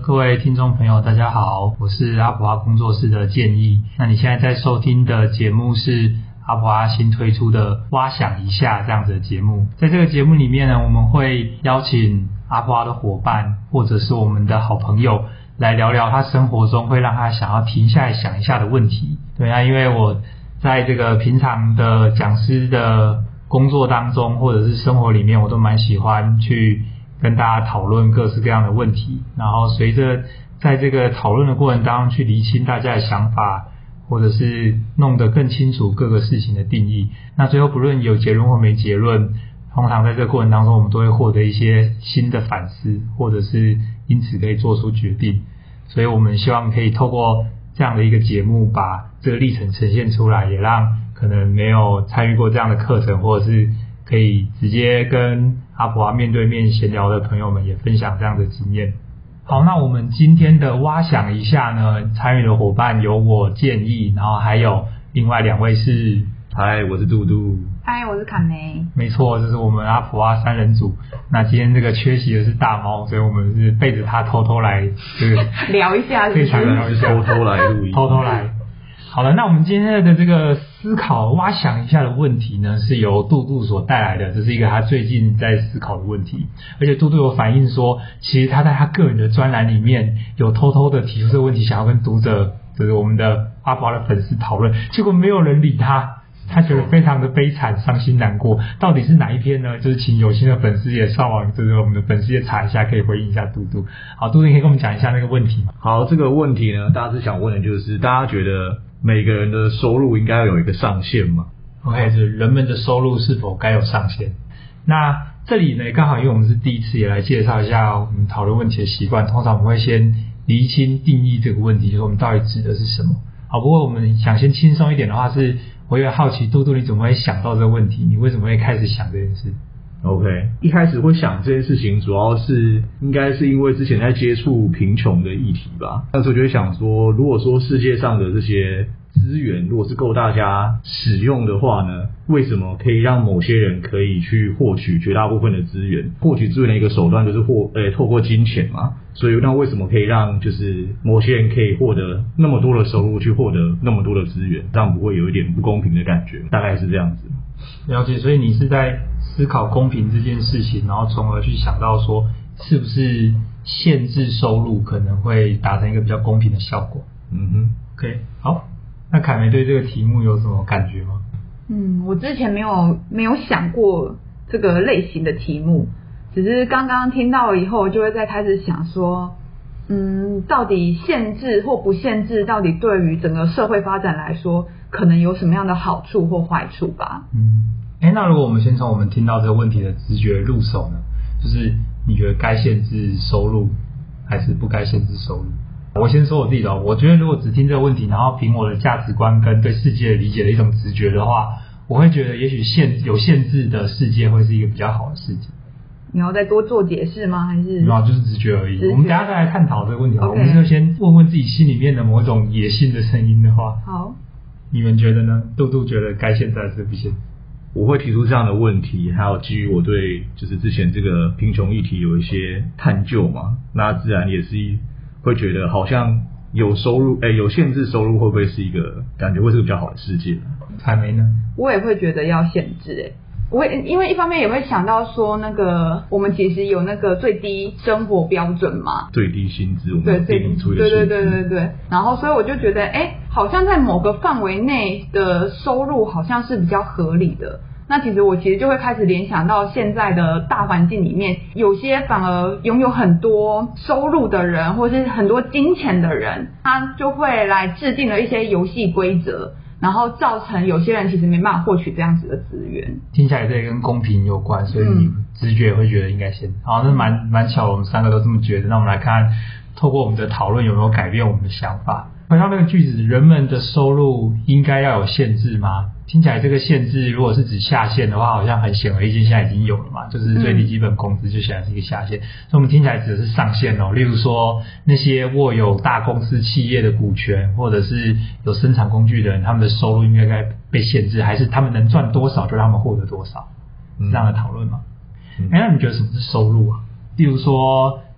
各位听众朋友大家好，我是阿普阿工作室的建议。那你现在在收听的节目是阿普阿新推出的挖想一下这样子的节目。在这个节目里面呢，我们会邀请阿普阿的伙伴或者是我们的好朋友来聊聊他生活中会让他想要停下来想一下的问题。对啊，因为我在这个平常的讲师的工作当中或者是生活里面，我都蛮喜欢去跟大家讨论各式各样的问题，然后随着在这个讨论的过程当中去厘清大家的想法，或者是弄得更清楚各个事情的定义。那最后不论有结论或没结论，通常在这个过程当中我们都会获得一些新的反思，或者是因此可以做出决定。所以我们希望可以透过这样的一个节目把这个历程呈现出来，也让可能没有参与过这样的课程，或者是可以直接跟阿普阿面对面闲聊的朋友们也分享这样的经验。好，那我们今天的挖想一下呢，参与的伙伴有我建议，然后还有另外两位是， 嗨，我是杜杜。 嗨，我是侃梅。 没错，这是我们阿普阿三人组。那今天这个缺席的是大猫，所以我们是背着他偷偷来，就是聊一下， 非常聊一下， 偷偷来录音， 偷偷来。好了，那我们今天的这个思考挖想一下的问题呢，是由杜杜所带来的，这是一个他最近在思考的问题，而且杜杜有反映说，其实他在他个人的专栏里面有偷偷的提出这个问题，想要跟读者，就是我们的阿普阿的粉丝讨论，结果没有人理他，他觉得非常的悲惨、伤心、难过。到底是哪一篇呢？就是请有心的粉丝也上网，就是我们的粉丝也查一下，可以回应一下杜杜。好，杜杜，你可以跟我们讲一下那个问题吗？ 好，这个问题呢，大家是想问的就是，大家觉得每个人的收入应该要有一个上限吗 ？OK， 就是人们的收入是否该有上限？那这里呢，刚好因为我们是第一次，也来介绍一下我们讨论问题的习惯。通常我们会先厘清定义这个问题，就是我们到底指的是什么。好，不过我们想先轻松一点的话是，我也好奇杜杜你怎么会想到这个问题？你为什么会开始想这件事 ？OK， 一开始会想这件事情，主要是应该是因为之前在接触贫穷的议题吧。那时候就会想说，如果说世界上的这些资源如果是够大家使用的话呢，为什么可以让某些人可以去获取绝大部分的资源？获取资源的一个手段就是透过金钱嘛。所以那为什么可以让就是某些人可以获得那么多的收入，去获得那么多的资源，这样不会有一点不公平的感觉？大概是这样子。 了解，所以你是在思考公平这件事情，然后从而去想到说，是不是限制收入可能会达成一个比较公平的效果？ 嗯哼 ，OK， 好。那凯梅对这个题目有什么感觉吗？ 我之前没有想过这个类型的题目，只是刚刚听到以后，就会再开始想说，到底限制或不限制，到底对于整个社会发展来说，可能有什么样的好处或坏处吧？ 那如果我们先从我们听到这个问题的直觉入手呢，就是你觉得该限制收入还是不该限制收入？我先说我自己的，我觉得如果只听这个问题，然后凭我的价值观跟对世界理解的一种直觉的话，我会觉得也许有限制的世界会是一个比较好的世界。 你要再多做解释吗？还是？ 没有，就是直觉而已。我们等一下再来探讨这个问题。 Okay. 我们就先问问自己心里面的某种野性的声音的话。 好。 你们觉得呢？杜杜觉得该限制还是不限制？ 我会提出这样的问题，还有基于我对就是之前这个贫穷议题有一些探究嘛，那自然也是会觉得好像有收入，有限制收入会不会是一个感觉会是个比较好的世界？ 还没呢？ 我也会觉得要限制因为一方面也会想到说，那个我们其实有那个最低生活标准嘛， 最低薪资我们定义出的薪资， 对，然后所以我就觉得，好像在某个范围内的收入好像是比较合理的。那其实就会开始联想到现在的大环境里面，有些反而拥有很多收入的人，或是很多金钱的人，他就会来制定了一些游戏规则，然后造成有些人其实没办法获取这样子的资源。 听起来这也跟公平有关，所以你直觉会觉得应该先。好，那蛮巧，我们三个都这么觉得。那我们来看，透过我们的讨论有没有改变我们的想法？回到那个句子，人们的收入应该要有限制吗？听起来这个限制如果是指下限的话，好像很显而易见，现在已经有了嘛，就是最低基本工资就显然是一个下限。所以我们听起来指的是上限哦，例如说那些握有大公司企业的股权，或者是有生产工具的人，他们的收入应该被限制，还是他们能赚多少就让他们获得多少？这样的讨论嘛。那你觉得什么是收入啊？例如说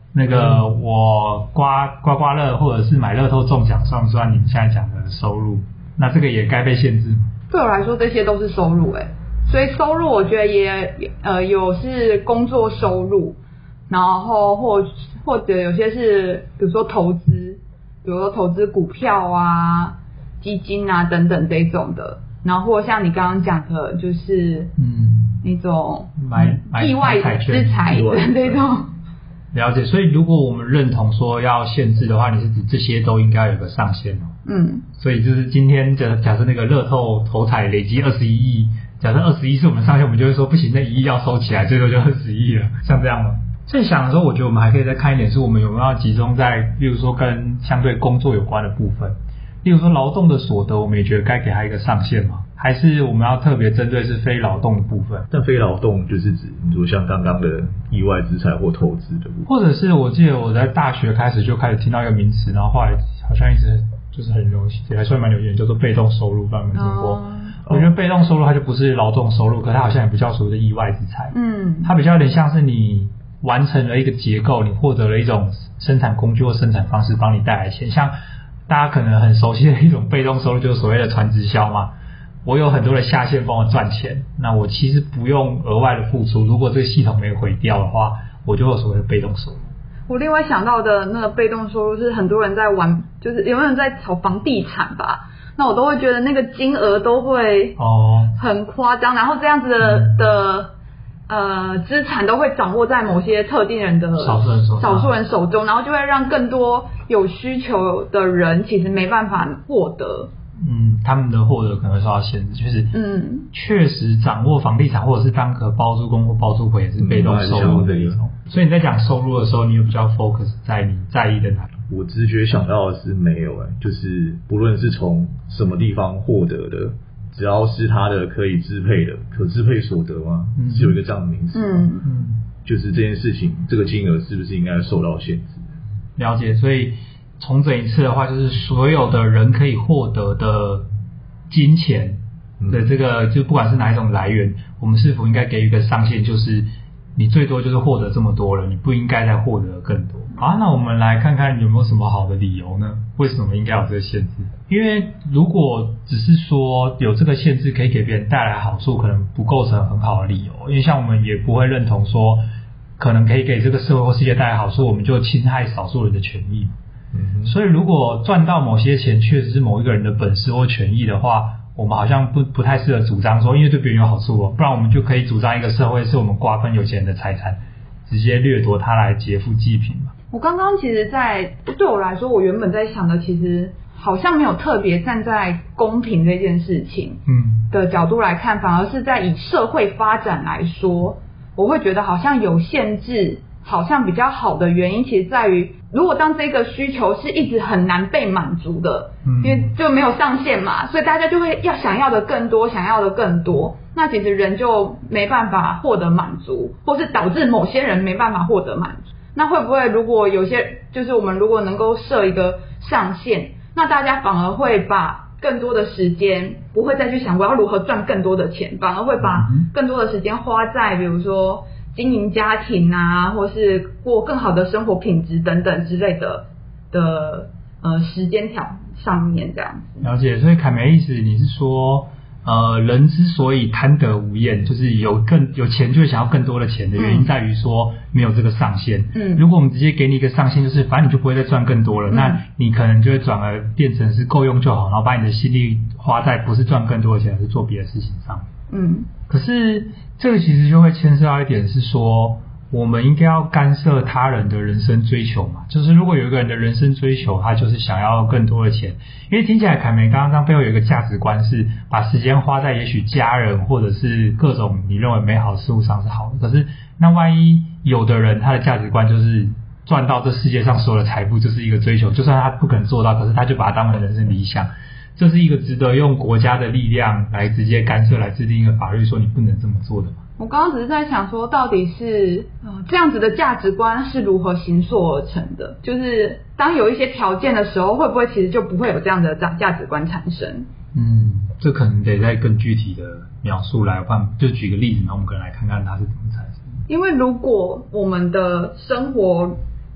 那个我刮刮乐或者是买乐透中奖算不算你们现在讲的收入？那这个也该被限制吗？ 对我来说，这些都是收入所以收入我觉得也有是工作收入，然后或者有些是比如说投资，比如说投资股票啊、基金啊等等这种的，然后或像你刚刚讲的，就是那种意外之财的这种。 了解，所以如果我们认同说要限制的话，你是指这些都应该有个上限哦。所以就是今天假设那个乐透头彩累积21亿，假设21亿是我们上限，我们就会说不行，那1亿要收起来，最多就20亿了，像这样吗？所以想的时候，我觉得我们还可以再看一点，是我们有没有要集中在，例如说跟相对工作有关的部分，例如说劳动的所得，我们也觉得该给它一个上限嘛？还是我们要特别针对是非劳动的部分？ 但非劳动就是指你说像刚刚的意外之财或投资的部分， 或者是我记得我在大学开始就开始听到一个名词，然后后来好像一直就是很流行，也还算蛮流行，叫做被动收入，不知道有没有听过？我觉得被动收入它就不是劳动收入，可它好像也不叫所谓的意外之财，它比较有点像是你完成了一个结构，你获得了一种生产工具或生产方式帮你带来钱，像大家可能很熟悉的一种被动收入就是所谓的传直销嘛。我有很多的下线帮我赚钱，那我其实不用额外的付出，如果这个系统没毁掉的话，我就有所谓的被动收入。 我另外想到的那个被动收入是很多人在玩，就是有没有人在炒房地产吧？那我都会觉得那个金额都会很夸张，然后这样子的资产都会掌握在某些特定人的少数人手中，然后就会让更多有需求的人其实没办法获得。 他们的获得可能会受到限制，就是确实掌握房地产或者是当个包租公或包租婆也是被动收入的一种。所以你在讲收入的时候，你有比较 focus 在你在意的哪里？ 我直觉想到的是没有就是不论是从什么地方获得的，只要是他的可以支配的可支配所得嘛，是有一个这样的名词就是这件事情这个金额是不是应该受到限制？ 了解，所以重整一次的话，就是所有的人可以获得的金钱的这个，就不管是哪一种来源，我们是否应该给予一个上限，就是你最多就是获得这么多了，你不应该再获得更多。好，那我们来看看有没有什么好的理由呢？为什么应该有这个限制？因为如果只是说有这个限制可以给别人带来好处，可能不构成很好的理由。因为像我们也不会认同说，可能可以给这个社会或世界带来好处，我们就侵害少数人的权益。所以如果赚到某些钱确实是某一个人的本事或权益的话，我们好像不太适合主张说因为对别人有好处不然我们就可以主张一个社会是我们瓜分有钱人的财产，直接掠夺他来劫富济贫嘛。 我刚刚其实对我来说，我原本在想的其实好像没有特别站在公平这件事情的角度来看，反而是在以社会发展来说，我会觉得好像有限制好像比较好的原因其实在于，如果当这个需求是一直很难被满足的，因为就没有上限嘛，所以大家就会想要的更多，那其实人就没办法获得满足，或是导致某些人没办法获得满足。那会不会如果有些就是我们如果能够设一个上限，那大家反而会把更多的时间不会再去想我要如何赚更多的钱，反而会把更多的时间花在比如说经营家庭啊，或是过更好的生活品质等等之类的时间条上面这样子。 了解，所以凯梅意思你是说人之所以贪得无厌，就是有钱就会想要更多的钱的原因在于说没有这个上限。如果我们直接给你一个上限，就是反正你就不会再赚更多了，那你可能就会转而变成是够用就好，然后把你的心力花在不是赚更多的钱，而是做别的事情上。可是这个其实就会牵涉到一点是说，我们应该要干涉他人的人生追求嘛，就是如果有一个人的人生追求他就是想要更多的钱，因为听起来凯梅刚刚背后有一个价值观是把时间花在也许家人或者是各种你认为美好的事物上是好的，可是那万一有的人他的价值观就是赚到这世界上所有的财富就是一个追求，就算他不可能做到，可是他就把它当成人生理想，这是一个值得用国家的力量来直接干涉来制定一个法律说你不能这么做的吗？ 我刚刚只是在想说，到底是这样子的价值观是如何形塑而成的？就是当有一些条件的时候，会不会其实就不会有这样的价值观产生？ 这可能得再更具体的描述来换，就举个例子，然后我们可能来看看它是怎么产生。 因为如果我们的生活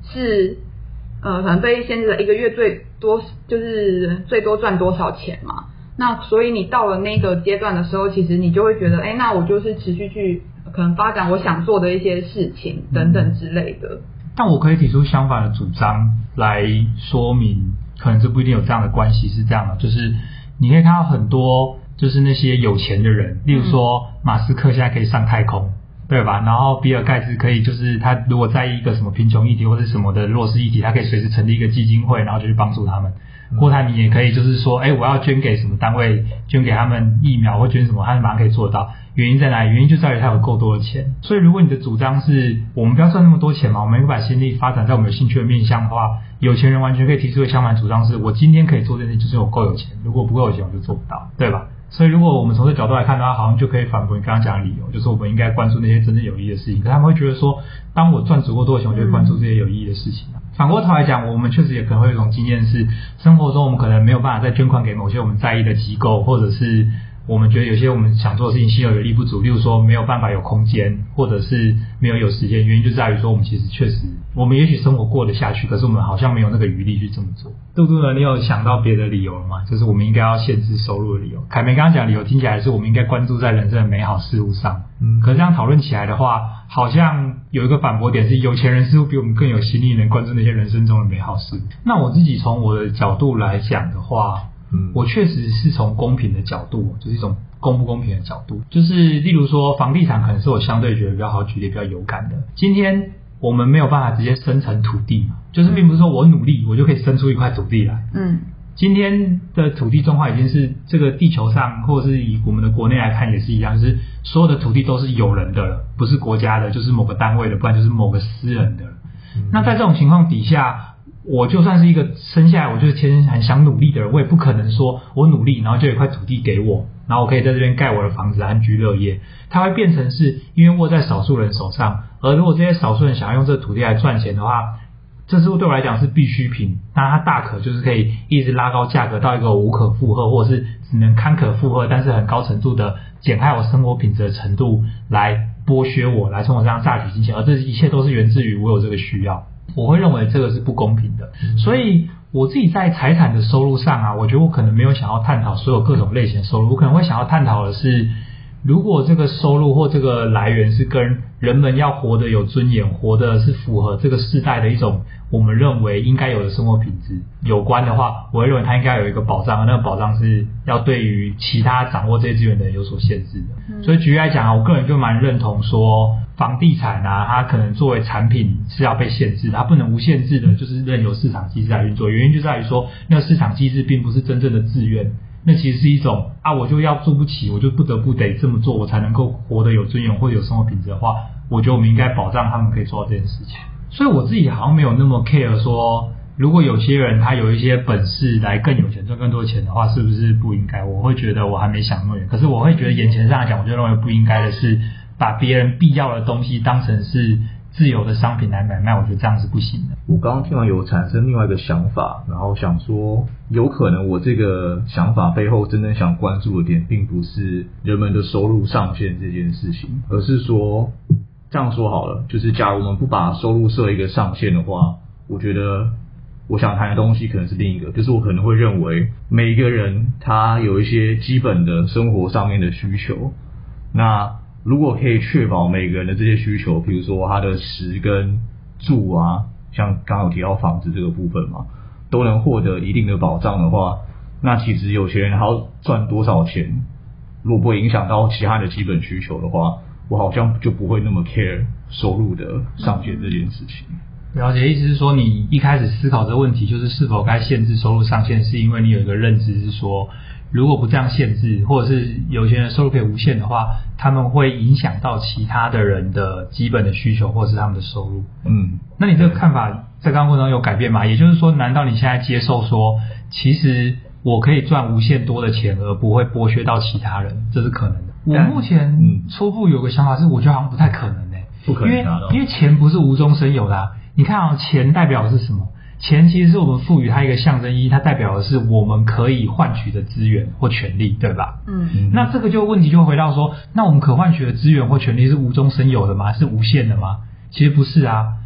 是可能被限制了一个月最多赚多少钱嘛。那所以你到了那个阶段的时候，其实你就会觉得，那我就是持续去可能发展我想做的一些事情等等之类的。 但我可以提出相反的主张来说明，可能这不一定有这样的关系，是这样的，就是你可以看到很多就是那些有钱的人，例如说马斯克现在可以上太空，对吧？然后比尔盖茨可以，就是他如果在意一个什么贫穷议题或者什么的弱势议题，他可以随时成立一个基金会，然后就去帮助他们。郭台铭也可以，就是说，我要捐给什么单位，捐给他们疫苗或捐什么，他马上可以做到。原因在哪里？原因就在于他有够多的钱。所以如果你的主张是我们不要赚那么多钱嘛，我们应该把心力发展在我们有兴趣的面向的话，有钱人完全可以提出的相反主张是，我今天可以做这件事，就是我够有钱，如果不够有钱我就做不到，对吧？所以如果我们从这角度来看的话，好像就可以反驳你刚刚讲的理由，就是我们应该关注那些真正有意义的事情。可他们会觉得说，当我赚足够多的钱，我就会关注这些有意义的事情。反过头来讲，我们确实也可能会有一种经验是，生活中我们可能没有办法再捐款给某些我们在意的机构，或者是我们觉得有些我们想做的事情心有余力不足，例如说没有办法有空间，或者是没有时间，原因就在于说我们其实确实我们也许生活过得下去，可是我们好像没有那个余力去这么做。杜杜呢，你有想到别的理由了吗？就是我们应该要限制收入的理由。凯梅刚刚讲的理由听起来是我们应该关注在人生的美好事物上，可是这样讨论起来的话，好像有一个反驳点是，有钱人似乎比我们更有心力能关注那些人生中的美好事物。那我自己从我的角度来讲的话，我确实是从公平的角度，就是一种公不公平的角度，就是例如说房地产可能是我相对觉得比较好举例比较有感的。今天我们没有办法直接生成土地嘛，就是并不是说我努力我就可以生出一块土地来。今天的土地状况已经是这个地球上，或者是以我们的国内来看也是一样，就是所有的土地都是有人的了，不是国家的，就是某个单位的，不然就是某个私人的了。那在这种情况底下，我就算是一个生下来我就是天生很想努力的人，我也不可能说我努力然后就有一块土地给我，然后我可以在这边盖我的房子安居乐业。它会变成是因为握在少数人手上，而如果这些少数人想要用这个土地来赚钱的话，这似乎对我来讲是必需品，那它大可就是可以一直拉高价格到一个无可负荷，或者是只能堪可负荷，但是很高程度的减害我生活品质的程度来剥削我，来从我身上榨取金钱，而这一切都是源自于我有这个需要。我会认为这个是不公平的。所以我自己在财产的收入上啊，我觉得我可能没有想要探讨所有各种类型的收入，我可能会想要探讨的是，如果这个收入或这个来源是跟人们要活得有尊严，活得是符合这个世代的一种我们认为应该有的生活品质有关的话，我会认为它应该有一个保障，而那个保障是要对于其他掌握这些资源的人有所限制的。所以举例来讲啊，我个人就蛮认同说房地产啊，它可能作为产品是要被限制的，它不能无限制的就是任由市场机制来运作，原因就在于说那个市场机制并不是真正的自愿，那其实是一种我就要住不起，我就不得不得这么做，我才能够活得有尊严或者有生活品质的话，我觉得我们应该保障他们可以做到这件事情。所以我自己好像没有那么 care 说，如果有些人他有一些本事来更有钱赚更多钱的话，是不是不应该？我会觉得我还没想那么远，可是我会觉得眼前上来讲，我就认为不应该的是把别人必要的东西当成是自由的商品来买卖，我觉得这样是不行的。 我刚刚听完有产生另外一个想法，然后想说有可能我这个想法背后真正想关注的点并不是人们的收入上限这件事情，而是说这样说好了，就是假如我们不把收入设一个上限的话，我觉得我想谈的东西可能是另一个，就是我可能会认为每一个人他有一些基本的生活上面的需求，那如果可以确保每个人的这些需求，比如说他的食跟住啊，像刚刚有提到房子这个部分嘛，都能获得一定的保障的话，那其实有钱人还要赚多少钱，如果不会影响到其他的基本需求的话，我好像就不会那么 care 收入的上限这件事情。 了解，意思是说你一开始思考这个问题就是是否该限制收入上限，是因为你有一个认知是说，如果不这样限制，或者是有些人收入可以无限的话，他们会影响到其他的人的基本的需求或是他们的收入。那你这个看法在刚刚过程中有改变吗？也就是说，难道你现在接受说，其实我可以赚无限多的钱而不会剥削到其他人，这是可能的？我目前初步有个想法是，我觉得好像不太可能不可能达到， 因为钱不是无中生有的啊。你看钱代表的是什么？钱其实是我们赋予它一个象征意义，它代表的是我们可以换取的资源或权利，对吧？那这个问题就回到说，那我们可换取的资源或权利是无中生有的吗？是无限的吗？其实不是啊。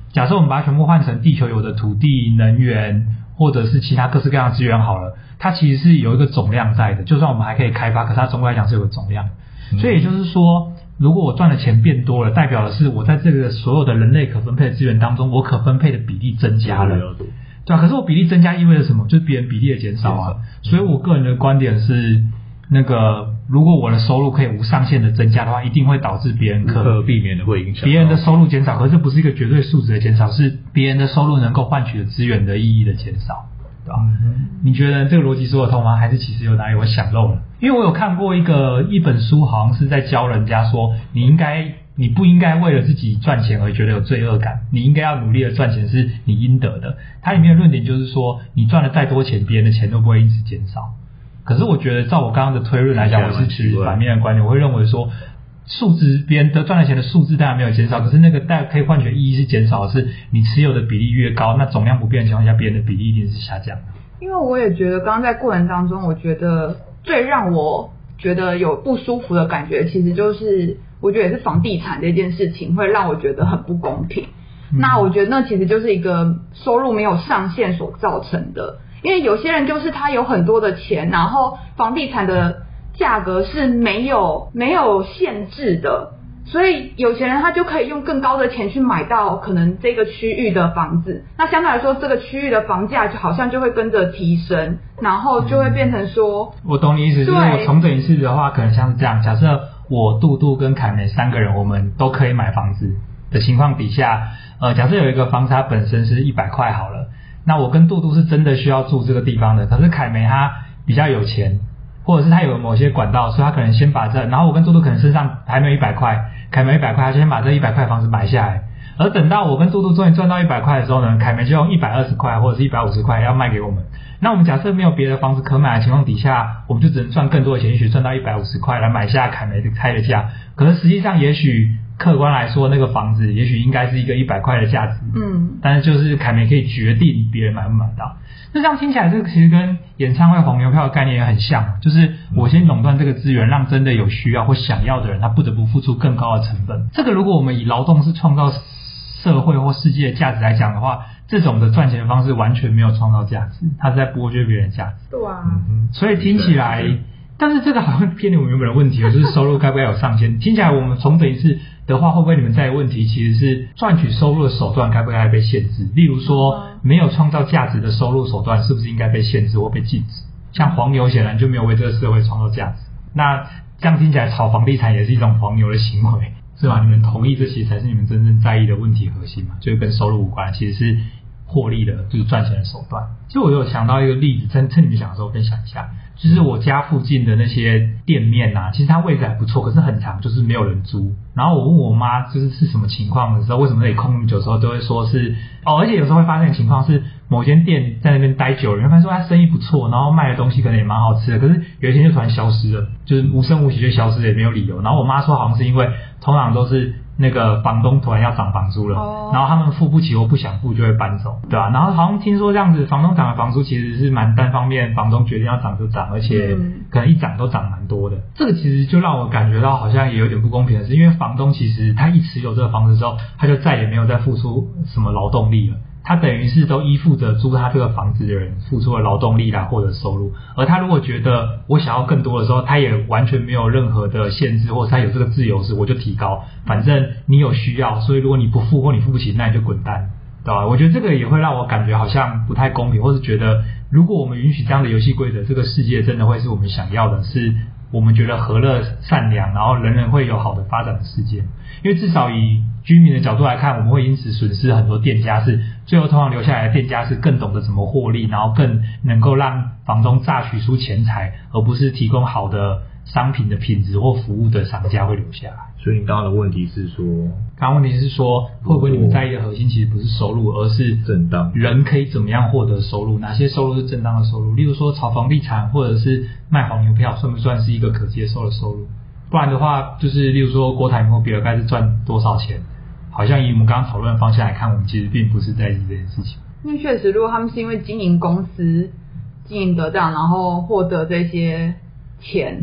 假设我们把它全部换成地球有的土地、能源，或者是其他各式各样的资源好了，它其实是有一个总量在的，就算我们还可以开发，可是它总归来讲是有个总量。所以也就是说，如果我赚的钱变多了，代表的是我在这个所有的人类可分配的资源当中，我可分配的比例增加了。对啊，可是我比例增加意味着什么？就是别人比例的减少啊。所以我个人的观点是，如果我的收入可以无上限的增加的话，一定会导致别人不可避免的会影响别人的收入减少。可是这不是一个绝对数值的减少，是别人的收入能够换取的资源的意义的减少，对吧？你觉得这个逻辑说得通吗？还是其实有哪里我想漏了？因为我有看过一本书，好像是在教人家说，你不应该为了自己赚钱而觉得有罪恶感，你应该要努力的赚钱是你应得的。它里面的论点就是说，你赚了再多钱，别人的钱都不会因此减少。可是我觉得照我刚刚的推论来讲，我是持反面的观点，我会认为说，数值别人赚的钱的数字当然没有减少，可是那个可以换取的意义是减少的，是你持有的比例越高，那总量不变的情况下，别人的比例一定是下降的。 因为我也觉得刚刚在过程当中，我觉得最让我觉得有不舒服的感觉，其实就是我觉得也是房地产这件事情会让我觉得很不公平。那我觉得那其实就是一个收入没有上限所造成的，因为有些人就是他有很多的钱，然后房地产的价格是没有限制的，所以有钱人他就可以用更高的钱去买到可能这个区域的房子，那相对来说这个区域的房价就好像就会跟着提升，然后就会变成说， 我懂你意思，就是我重整一次的话，可能像是这样，假设我杜杜跟凯美三个人，我们都可以买房子的情况底下，假设有一个房子它本身是100块好了，那我跟杜杜是真的需要住这个地方的，可是凯美他比较有钱，或者是他有某些管道，所以他可能先把然后我跟杜杜可能身上还没有100块，凯美100块，他就先把这100块房子买下来，而等到我跟杜杜终于赚到100块的时候呢，凯美就用120块或者是150块要卖给我们。那我们假设没有别的房子可买的情况底下，我们就只能赚更多的钱，也许赚到150块来买下凯美开的价，可是实际上也许客观来说，那个房子也许应该是一个100块的价值，但是就是凯美可以决定别人买不买到。那这样听起来，这个其实跟演唱会黄牛票的概念也很像，就是我先垄断这个资源，让真的有需要或想要的人，他不得不付出更高的成本。这个如果我们以劳动是创造社会或世界的价值来讲的话，这种的赚钱的方式完全没有创造价值，它是在剥削别人的价值。 对啊， 所以听起来，但是这个好像偏离我们原本的问题了，就是收入该不该有上限？听起来我们重整一次的话，会不会你们在的问题其实是赚取收入的手段该不该被限制？例如说，没有创造价值的收入手段是不是应该被限制或被禁止？像黄牛显然就没有为这个社会创造价值，那这样听起来炒房地产也是一种黄牛的行为，是吧？你们同意这些才是你们真正在意的问题核心嘛？就是跟收入无关，其实是获利的，就是赚钱的手段。其实我有想到一个例子，趁你们想的时候分享一下，就是我家附近的那些店面啊，其实它位置还不错，可是很长就是没有人租。然后我问我妈就是是什么情况的时候，为什么那里空那么久的时候，都会说是而且有时候会发生的情况是某间店在那边待久了，你会发现说他生意不错，然后卖的东西可能也蛮好吃的，可是有一天就突然消失了，就是无声无息就消失了，也没有理由。然后我妈说好像是因为通常都是那个房东突然要涨房租了，然后他们付不起或不想付就会搬走，对吧？然后好像听说这样子，房东涨的房租其实是蛮单方面，房东决定要涨就涨，而且可能一涨都涨蛮多的。这个其实就让我感觉到好像也有点不公平的是，因为房东其实他一持有这个房子之后，他就再也没有再付出什么劳动力了。他等于是都依附着租他这个房子的人付出了劳动力来获得收入，而他如果觉得我想要更多的时候，他也完全没有任何的限制，或者他有这个自由时我就提高，反正你有需要，所以如果你不付或你付不起，那你就滚蛋，对吧？我觉得这个也会让我感觉好像不太公平，或是觉得如果我们允许这样的游戏规则，这个世界真的会是我们想要的，是我们觉得和乐善良，然后人人会有好的发展的世界。因为至少以居民的角度来看，我们会因此损失很多店家，是最后通常留下来的店家是更懂得怎么获利，然后更能够让房东榨取出钱财，而不是提供好的商品的品质或服务的商家会留下来。 所以你刚刚的问题是说， 刚刚问题是说，会不会你们在意的核心其实不是收入，而是正当人可以怎么样获得收入？哪些收入是正当的收入？例如说炒房地产或者是卖黄牛票，算不算是一个可接受的收入？不然的话，就是例如说郭台铭或比尔盖茨赚多少钱，好像以我们刚刚讨论的方向来看，我们其实并不是在意这件事情。 因为确实，如果他们是因为经营公司经营得当，然后获得这些钱，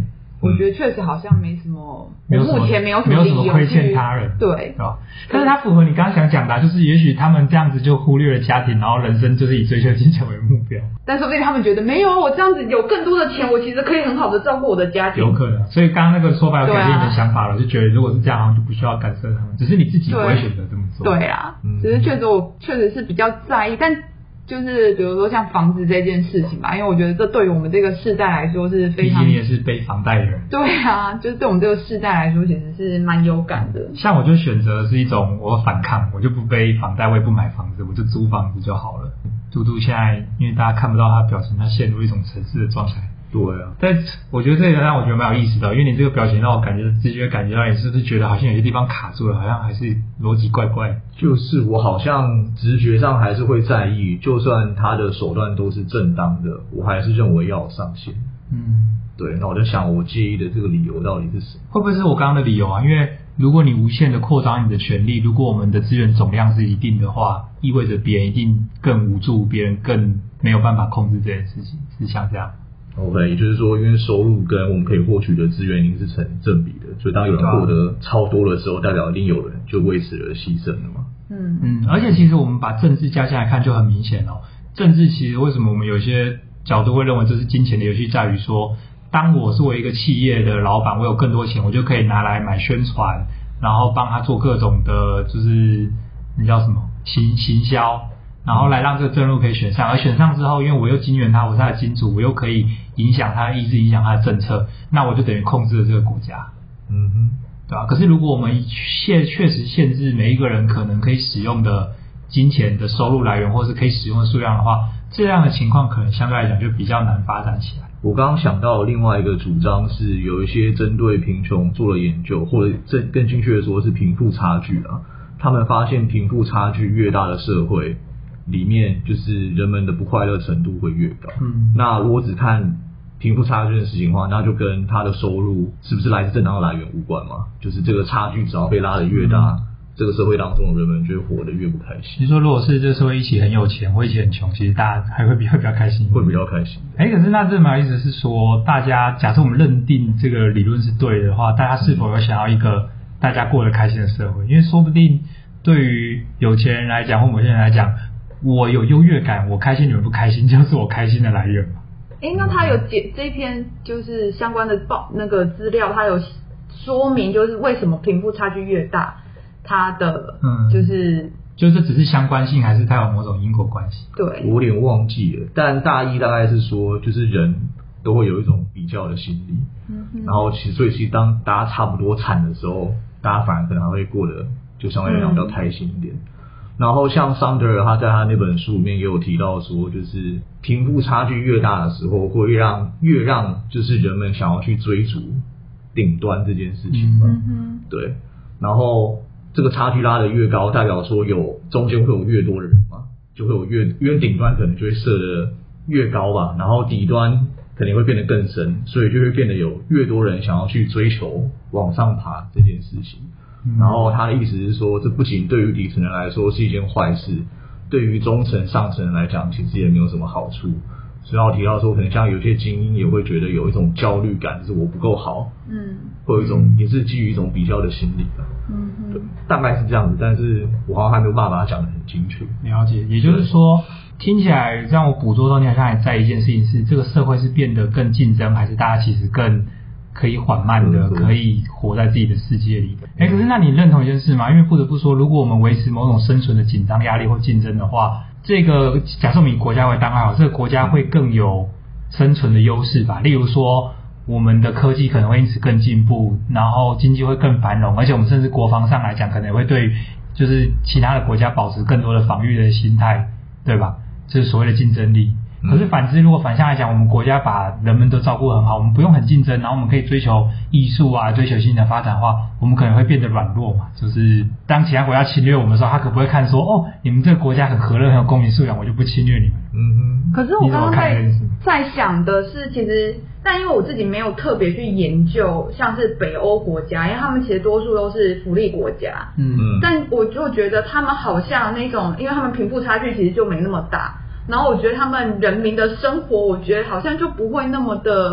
我觉得确实好像没什么，目前没有什么理由亏欠他人， 对， 但是它符合你刚刚想讲的，就是也许他们这样子就忽略了家庭，然后人生就是以追求金钱为目标。 但说不定他们觉得没有，我这样子有更多的钱，我其实可以很好的照顾我的家庭。 有可能，所以刚刚那个说法有改变你的想法了，就觉得如果是这样，好像就不需要干涉他们，只是你自己不会选择这么做。 对啊，只是我确实是比较在意，但就是比如说像房子这件事情吧，因为我觉得这对于我们这个世代来说是非常， 毕竟也是背房贷的人。 对啊，就是对我们这个世代来说，其实是蛮有感的。 像我就选择的是一种我反抗，我就不背房贷，我也不买房子，我就租房子就好了。嘟嘟现在因为大家看不到他的表情，他陷入一种沉思的状态。 对啊， 但我觉得这个让我觉得蛮有意思的，因为你这个表情让我直觉感觉到你是不是觉得好像有些地方卡住了，好像还是逻辑怪怪。 就是我好像直觉上还是会在意，就算他的手段都是正当的，我还是认为要有上限。对，那我在想我介意的这个理由到底是什么？ 会不会是我刚刚的理由啊？因为如果你无限的扩张你的权利，如果我们的资源总量是一定的话，意味着别人一定更无助，别人更没有办法控制这件事情，是像这样。 OK， 也就是说，因为收入跟我们可以获取的资源一定是成正比的，所以当有人获得超多的时候，代表一定有人就为此而牺牲了嘛。 而且其实我们把政治加进来看就很明显哦。政治其实为什么我们有些角度会认为这是金钱的游戏，在于说，当我作为一个企业的老板，我有更多钱，我就可以拿来买宣传，然后帮他做各种的，就是那叫什么行销。然后来让这个政路可以选上，而选上之后，因为我又金援他，我是他的金主，我又可以影响他的意志，影响他的政策，那我就等于控制了这个国家，对吧？可是如果我们确实限制每一个人可能可以使用的金钱的收入来源，或是可以使用的数量的话，这样的情况可能相对来讲就比较难发展起来。 我刚刚想到另外一个主张是有一些针对贫穷做了研究，或者更精确的说是贫富差距啊，他们发现贫富差距越大的社会里面，就是人们的不快乐程度会越高。那如果只看贫富差距的事情的话，那就跟他的收入是不是来自正当的来源无关嘛？就是这个差距只要被拉得越大，这个社会当中的人们就会活得越不开心。 你说如果是这社会一起很有钱，或一起很穷，其实大家还会比较开心， 会比较开心。 可是那这蛮意思是说，大家假设我们认定这个理论是对的话，大家是否有想要一个大家过得开心的社会？因为说不定对于有钱人来讲，或某些人来讲，我有优越感，我开心你们不开心，就是我开心的来源嘛。 那他有这篇就是相关的那个资料，他有说明就是为什么贫富差距越大，它的就是这只是相关性，还是它有某种因果关系？ 对， 我有点忘记了，但大意大概是说，就是人都会有一种比较的心理，然后所以当大家差不多惨的时候，大家反而可能还会过得就相对来讲比较开心一点。然后像桑德尔他在他那本书里面也有提到说，就是贫富差距越大的时候，会越让就是人们想要去追逐顶端这件事情吧。对，然后这个差距拉得越高，代表说中间会有越多的人嘛，就会有因为顶端可能就会设得越高吧，然后底端肯定会变得更深，所以就会变得有越多人想要去追求往上爬这件事情。然后他的意思是说，这不仅对于底层人来说是一件坏事，对于中层上层人来讲其实也没有什么好处。所以要提到说，可能像有些精英也会觉得有一种焦虑感，就是我不够好，会有一种也是基于一种比较的心理吧。对，大概是这样子，但是我好像还没有办法把它讲得很精确。 了解，也就是说，听起来让我捕捉到你好像还在一件事情是，这个社会是变得更竞争，还是大家其实更可以缓慢的可以活在自己的世界里的？可是那你认同一件事吗？因为不得不说，如果我们维持某种生存的紧张压力或竞争的话，这个假设我们以国家为单位好，这个国家会更有生存的优势吧。例如说，我们的科技可能会因此更进步，然后经济会更繁荣，而且我们甚至国防上来讲，可能会对就是其他的国家保持更多的防御的心态，对吧？这是所谓的竞争力。可是反之，如果反向来讲，我们国家把人们都照顾得很好，我们不用很竞争，然后我们可以追求艺术啊，追求新的发展的话，我们可能会变得软弱嘛。就是当其他国家侵略我们的时候，他可不会看说，你们这个国家很和乐，很有公民素养，我就不侵略你们。 可是我刚刚在想的是，其实但因为我自己没有特别去研究，像是北欧国家，因为他们其实多数都是福利国家，但我就觉得他们好像那种，因为他们贫富差距其实就没那么大。然后我觉得他们人民的生活，我觉得好像就不会那么的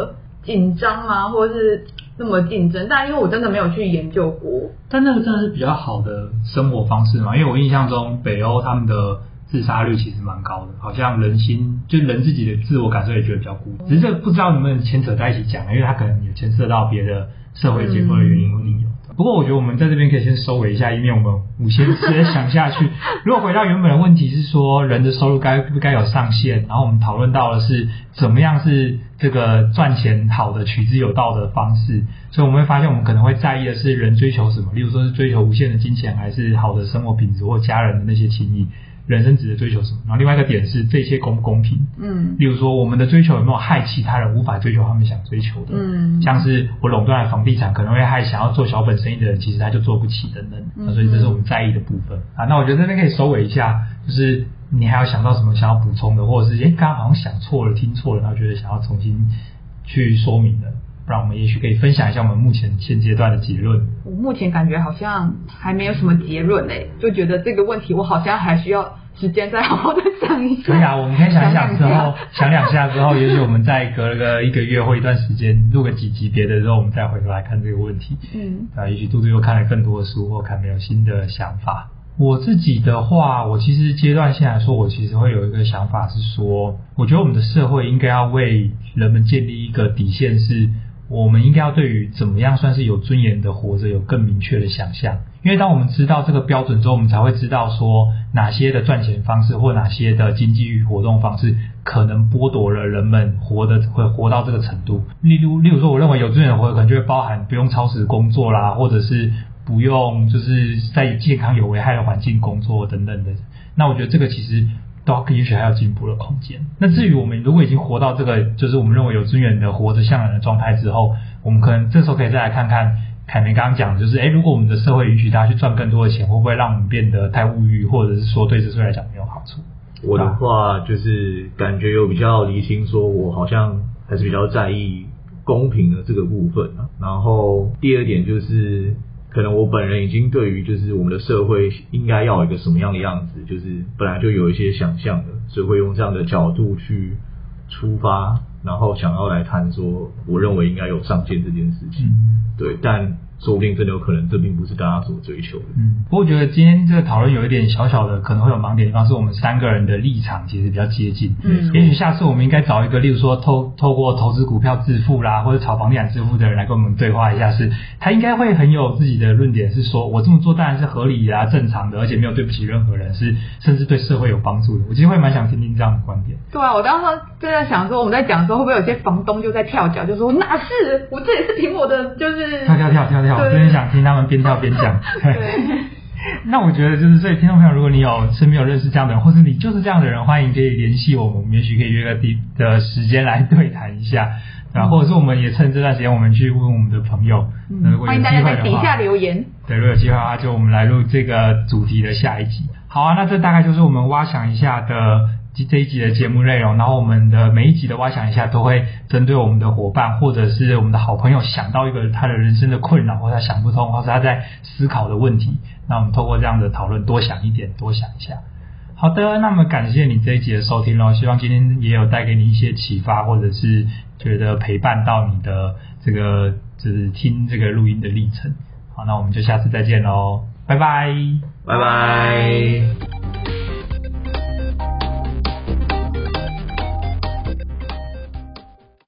紧张吗，或者是那么竞争？但因为我真的没有去研究过。 但那个真的是比较好的生活方式嘛？因为我印象中北欧他们的自杀率其实蛮高的，好像人自己的自我感受也觉得比较孤独。只是这不知道能不能牵扯在一起讲，因为它可能也牵涉到别的社会结构的原因或理由。不过我觉得我们在这边可以先收尾一下，以免我们无限直接想下去。如果回到原本的问题是说人的收入该不该有上限，然后我们讨论到的是怎么样是这个赚钱好的取之有道的方式，所以我们会发现我们可能会在意的是人追求什么，例如说是追求无限的金钱，还是好的生活品质或家人的那些情谊。人生值得追求什么？然后另外一个点是这些公不公平？例如说我们的追求有没有害其他人无法追求他们想追求的？像是我垄断了房地产，可能会害想要做小本生意的人，其实他就做不起等等。所以这是我们在意的部分啊。那我觉得这边可以收尾一下，就是你还有想到什么想要补充的，或者是刚刚好像想错了、听错了，然后觉得想要重新去说明的。不然我们也许可以分享一下我们目前现阶段的结论。 我目前感觉好像还没有什么结论就觉得这个问题我好像还需要时间再好好的想一下。 可以啊，我们可以想一想之后，想两下之后，也许我们再隔了个1个月或一段时间，录个几集别的之后，我们再回头来看这个问题。也许杜杜又看了更多的书，或看没有新的想法。我自己的话，我其实阶段性来说，我其实会有一个想法是说，我觉得我们的社会应该要为人们建立一个底线，是我们应该要对于怎么样算是有尊严的活着有更明确的想象。因为当我们知道这个标准之后，我们才会知道说哪些的赚钱方式或哪些的经济活动方式可能剥夺了人们会活到这个程度。例如说，我认为有尊严的活着可能就会包含不用超时工作啦，或者是不用就是在健康有危害的环境工作等等的。那我觉得这个其实都也许还有进步的空间。那至于我们如果已经活到这个就是我们认为有尊严的活着像人的状态之后，我们可能这时候可以再来看看凯梅刚刚讲的，就是如果我们的社会允许大家去赚更多的钱，会不会让我们变得太物欲，或者是说对这社会来讲没有好处？ 我的话就是感觉有比较厘清，说我好像还是比较在意公平的这个部分然后第二点就是可能我本人已经对于就是我们的社会应该要有一个什么样的样子，就是本来就有一些想象的，所以会用这样的角度去出发，然后想要来谈说我认为应该有上限这件事情。对，但说不定真的有可能这并不是大家所追求的。 不过我觉得今天这个讨论有一点小小的可能会有盲点的地方，是我们3个人的立场其实比较接近。也许下次我们应该找一个例如说透过投资股票致富啦，或者炒房地产致富的人来跟我们对话一下，是他应该会很有自己的论点，是说我这么做当然是合理啊正常的，而且没有对不起任何人，是甚至对社会有帮助的。我其实会蛮想听听这样的观点。 对啊，我当时就在想说，我们在讲的时候会不会有些房东就在跳脚，就说哪是我这也是凭我的就是跳，我真的想听他们边跳边讲。对。那我觉得就是，所以听众朋友，如果你身边有认识这样的人，或是你就是这样的人，欢迎可以联系我们，我们也许可以约个的时间来对谈一下，然后或者是我们也趁这段时间，我们去问我们的朋友，如果有机会的话， 欢迎大家在底下留言。 对，如果有机会的话，就我们来录这个主题的下一集。好啊，那这大概就是我们挖想一下的这一集的节目内容，然后我们的每一集的挖想一下都会针对我们的伙伴或者是我们的好朋友想到一个他的人生的困扰，或者他想不通，或者他在思考的问题，那我们透过这样的讨论多想一点，多想一下。好的，那么感谢你这一集的收听咯，希望今天也有带给你一些启发，或者是觉得陪伴到你的这个就是听这个录音的历程。好，那我们就下次再见咯，拜拜， 拜拜。